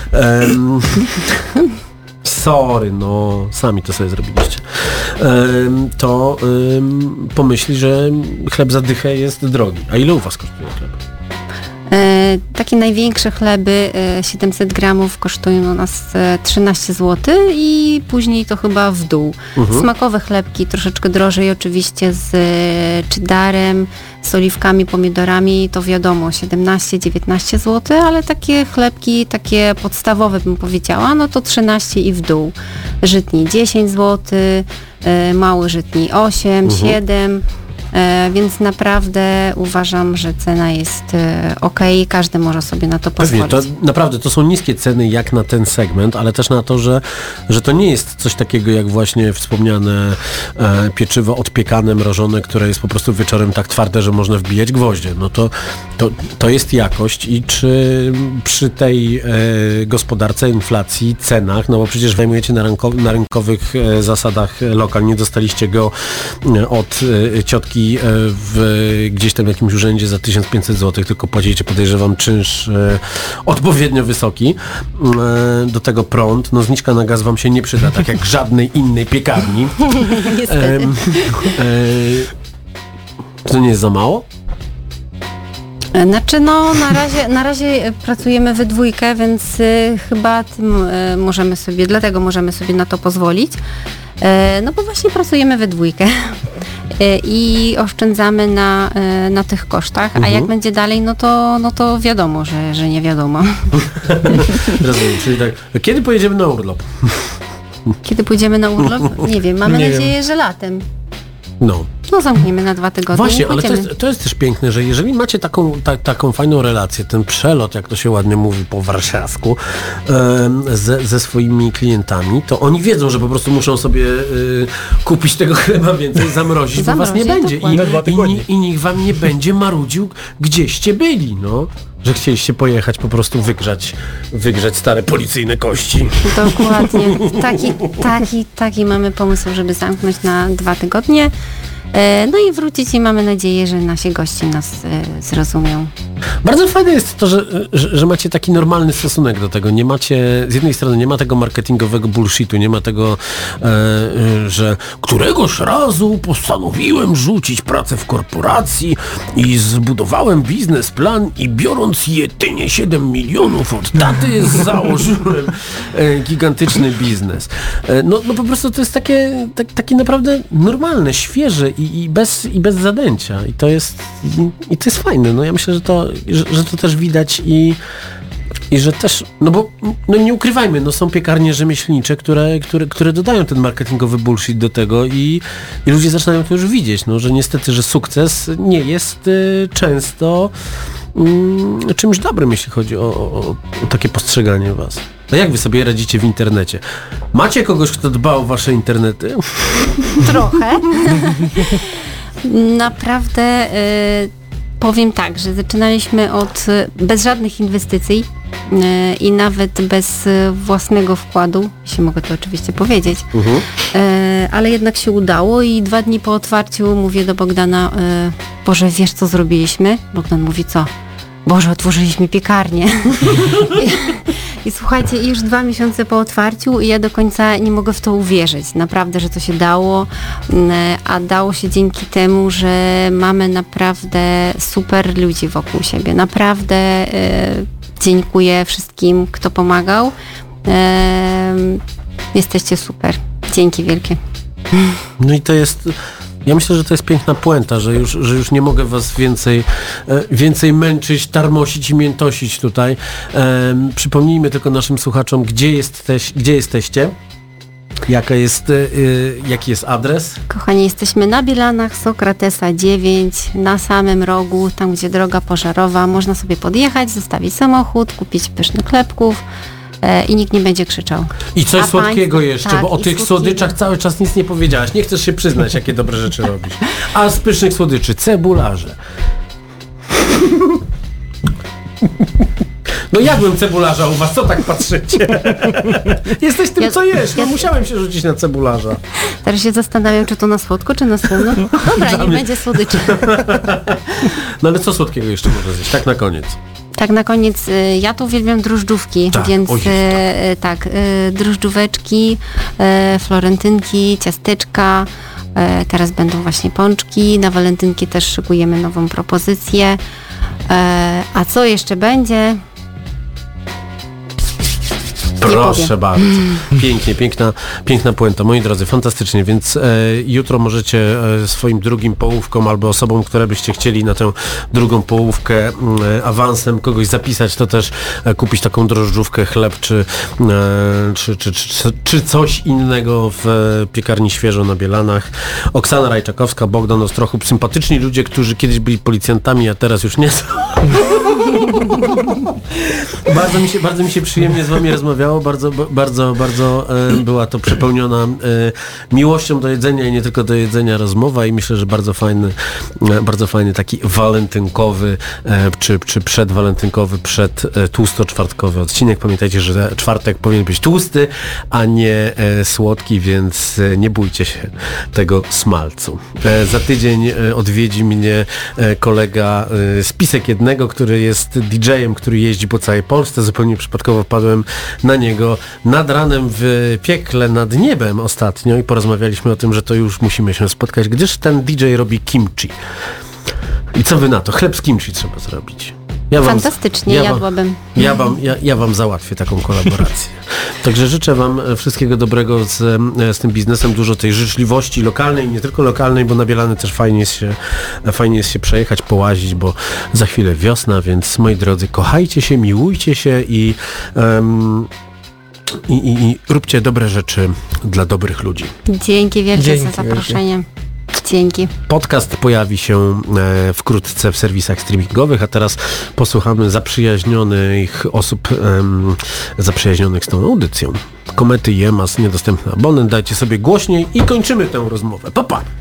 Sorry, sami to sobie zrobiliście. To pomyśli, że chleb za dychę jest drogi. A ile u was kosztuje chleb? Takie największe chleby 700 gramów kosztują u nas 13 zł i później to chyba w dół. Smakowe chlebki troszeczkę drożej oczywiście z cheddarem, z oliwkami, pomidorami, to wiadomo 17-19 zł, ale takie chlebki, takie podstawowe bym powiedziała, no to 13 i w dół. Żytni 10 zł, mały żytni 8, 7. Więc naprawdę uważam, że cena jest okej, każdy może sobie na to pozwolić. Pewnie, naprawdę to są niskie ceny jak na ten segment, ale też na to, że to nie jest coś takiego jak właśnie wspomniane pieczywo odpiekane, mrożone, które jest po prostu wieczorem tak twarde, że można wbijać gwoździe. No to jest jakość i czy przy tej gospodarce, inflacji, cenach, no bo przecież zajmujecie na rynkowych zasadach lokal, nie dostaliście go od ciotki gdzieś tam w jakimś urzędzie za 1500 zł, tylko płacicie, podejrzewam, czynsz odpowiednio wysoki. Do tego prąd, zniżka na gaz wam się nie przyda, tak jak żadnej innej piekarni. Niestety. To nie jest za mało? Znaczy na razie pracujemy we dwójkę, więc chyba dlatego możemy sobie na to pozwolić. No bo właśnie pracujemy we dwójkę i oszczędzamy na tych kosztach, a jak będzie dalej, no to wiadomo, że nie wiadomo. Rozumiem, czyli tak, kiedy pojedziemy na urlop? Kiedy pójdziemy na urlop? Nie wiem, mamy nadzieję, że latem. No zamkniemy na 2 tygodnie. Właśnie, ale to jest też piękne, że jeżeli macie taką fajną relację, ten przelot, jak to się ładnie mówi po warszawsku, ze swoimi klientami, to oni wiedzą, że po prostu muszą sobie kupić tego chleba więcej, zamrozić, bo was nie będzie. I nikt wam nie będzie marudził, gdzieście byli, że chcieliście pojechać po prostu wygrzać stare policyjne kości. Dokładnie. Taki mamy pomysł, żeby zamknąć na 2 tygodnie. No i wrócić i mamy nadzieję, że nasi goście nas zrozumią. Bardzo fajne jest to, że macie taki normalny stosunek do tego. Nie macie, z jednej strony nie ma tego marketingowego bullshitu, nie ma tego, że któregoś razu postanowiłem rzucić pracę w korporacji i zbudowałem biznesplan i biorąc jedynie 7 milionów od taty założyłem gigantyczny biznes. No po prostu to jest takie naprawdę normalne, świeże i bez zadęcia. I to jest fajne. No ja myślę, że to też widać i że też, bo nie ukrywajmy, są piekarnie rzemieślnicze, które dodają ten marketingowy bullshit do tego i ludzie zaczynają to już widzieć, że niestety, że sukces nie jest często czymś dobrym, jeśli chodzi o takie postrzeganie was. No jak wy sobie radzicie w internecie? Macie kogoś, kto dba o wasze internety? Trochę. Naprawdę powiem tak, że zaczynaliśmy od bez żadnych inwestycji i nawet bez własnego wkładu, jeśli mogę to oczywiście powiedzieć, ale jednak się udało i 2 dni po otwarciu mówię do Bogdana, Boże, wiesz co zrobiliśmy? Bogdan mówi, co? Boże, otworzyliśmy piekarnię. I słuchajcie, już 2 miesiące po otwarciu i ja do końca nie mogę w to uwierzyć. Naprawdę, że to się dało, a dało się dzięki temu, że mamy naprawdę super ludzi wokół siebie. Naprawdę dziękuję wszystkim, kto pomagał. Jesteście super. Dzięki wielkie. No i to jest... Ja myślę, że to jest piękna puenta, że już nie mogę was więcej męczyć, tarmosić i miętosić tutaj. Przypomnijmy tylko naszym słuchaczom, gdzie jesteście, jaki jest adres? Kochani, jesteśmy na Bielanach, Sokratesa 9, na samym rogu, tam gdzie droga pożarowa. Można sobie podjechać, zostawić samochód, kupić pysznych chlebków. I nikt nie będzie krzyczał. I coś słodkiego jeszcze, tak, bo o tych słodyczach cały czas nic nie powiedziałaś. Nie chcesz się przyznać, jakie dobre rzeczy robisz. A z pysznych słodyczy, cebularze. No jadłem cebularza u was, co tak patrzycie? Jesteś tym, co jesz. No musiałem się rzucić na cebularza. Teraz się zastanawiam, czy to na słodko, czy na słono. Dobra, nie będzie słodyczy. No ale co słodkiego jeszcze można zjeść? Tak na koniec. Tak na koniec, ja tu uwielbiam drożdżówki, tak, więc drożdżóweczki, florentynki, ciasteczka, teraz będą właśnie pączki, na walentynki też szykujemy nową propozycję, a co jeszcze będzie? Proszę bardzo. Pięknie, piękna puenta. Moi drodzy, fantastycznie, więc jutro możecie swoim drugim połówkom albo osobom, które byście chcieli na tę drugą połówkę awansem kogoś zapisać, to też kupić taką drożdżówkę, chleb czy coś innego w piekarni Świeżo na Bielanach. Oksana Rajczakowska, Bogdan Ostrochub, sympatyczni ludzie, którzy kiedyś byli policjantami, a teraz już nie są. Bardzo mi się przyjemnie z wami rozmawiało. Bardzo była to przepełniona miłością do jedzenia i nie tylko do jedzenia rozmowa i myślę, że bardzo fajny taki walentynkowy czy przedwalentynkowy, tłusto-czwartkowy odcinek. Pamiętajcie, że czwartek powinien być tłusty, a nie słodki, więc nie bójcie się tego smalcu. Za tydzień odwiedzi mnie kolega z Pisek Jednego, który jest DJ-em, który jeździ po całej Polsce. Zupełnie przypadkowo wpadłem na niego nad ranem w piekle nad niebem ostatnio i porozmawialiśmy o tym, że to już musimy się spotkać, gdyż ten DJ robi kimchi. I co wy na to? Chleb z kimchi trzeba zrobić. Fantastycznie, jadłabym. Ja wam załatwię taką kolaborację. Także życzę wam wszystkiego dobrego z tym biznesem, dużo tej życzliwości lokalnej, nie tylko lokalnej, bo na Bielany też fajnie jest się przejechać, połazić, bo za chwilę wiosna, więc moi drodzy, kochajcie się, miłujcie się i róbcie dobre rzeczy dla dobrych ludzi. Dzięki wielkie za zaproszenie. Dzięki. Podcast pojawi się wkrótce w serwisach streamingowych, a teraz posłuchamy zaprzyjaźnionych osób, zaprzyjaźnionych z tą audycją. Komety Jemas, niedostępny abonent, dajcie sobie głośniej i kończymy tę rozmowę. Pa, pa!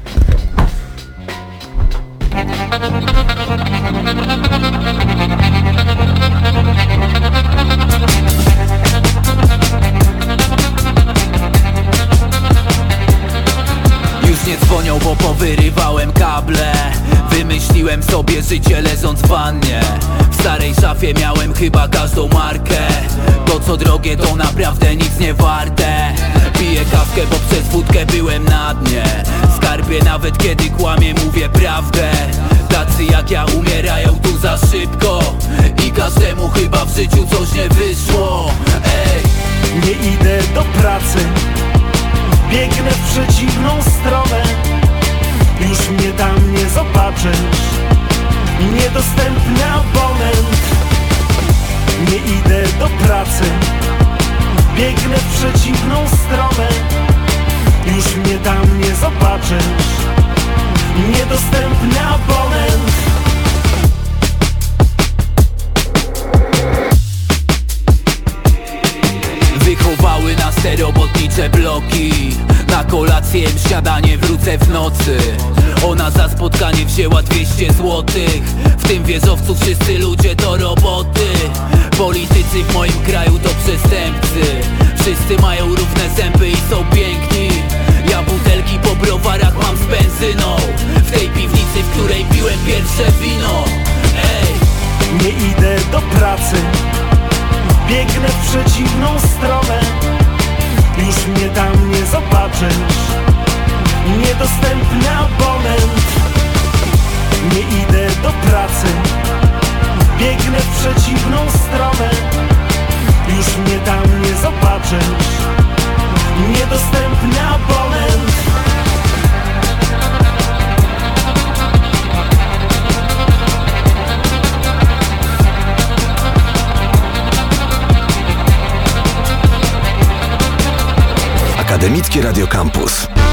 Nie dzwonią, bo powyrywałem kable. Wymyśliłem sobie życie leżąc w wannie. W starej szafie miałem chyba każdą markę. To co drogie to naprawdę nic nie warte. Piję kawkę, bo przez wódkę byłem na dnie. Skarbie nawet kiedy kłamię, mówię prawdę. Tacy jak ja umierają tu za szybko. I każdemu chyba w życiu coś nie wyszło. Ej, nie idę do pracy, biegnę w przeciwną stronę. Już mnie tam nie zobaczysz, niedostępny abonent. Nie idę do pracy, biegnę w przeciwną stronę. Już mnie tam nie zobaczysz, niedostępny abonent. zjem śniadanie, wrócę w nocy. Ona za spotkanie wzięła 200 złotych. W tym wieżowcu wszyscy ludzie to roboty. Politycy w moim kraju to przestępcy. Wszyscy mają równe zęby i są piękni. Ja butelki po browarach mam z benzyną. W tej piwnicy, w której piłem pierwsze wino. Ej! Nie idę do pracy, biegnę w przeciwną stronę. Już mnie tam nie zobaczysz, niedostępny abonent. Nie idę do pracy, biegnę w przeciwną stronę. Już mnie tam nie zobaczysz, niedostępny abonent. Akademickie Radio Campus.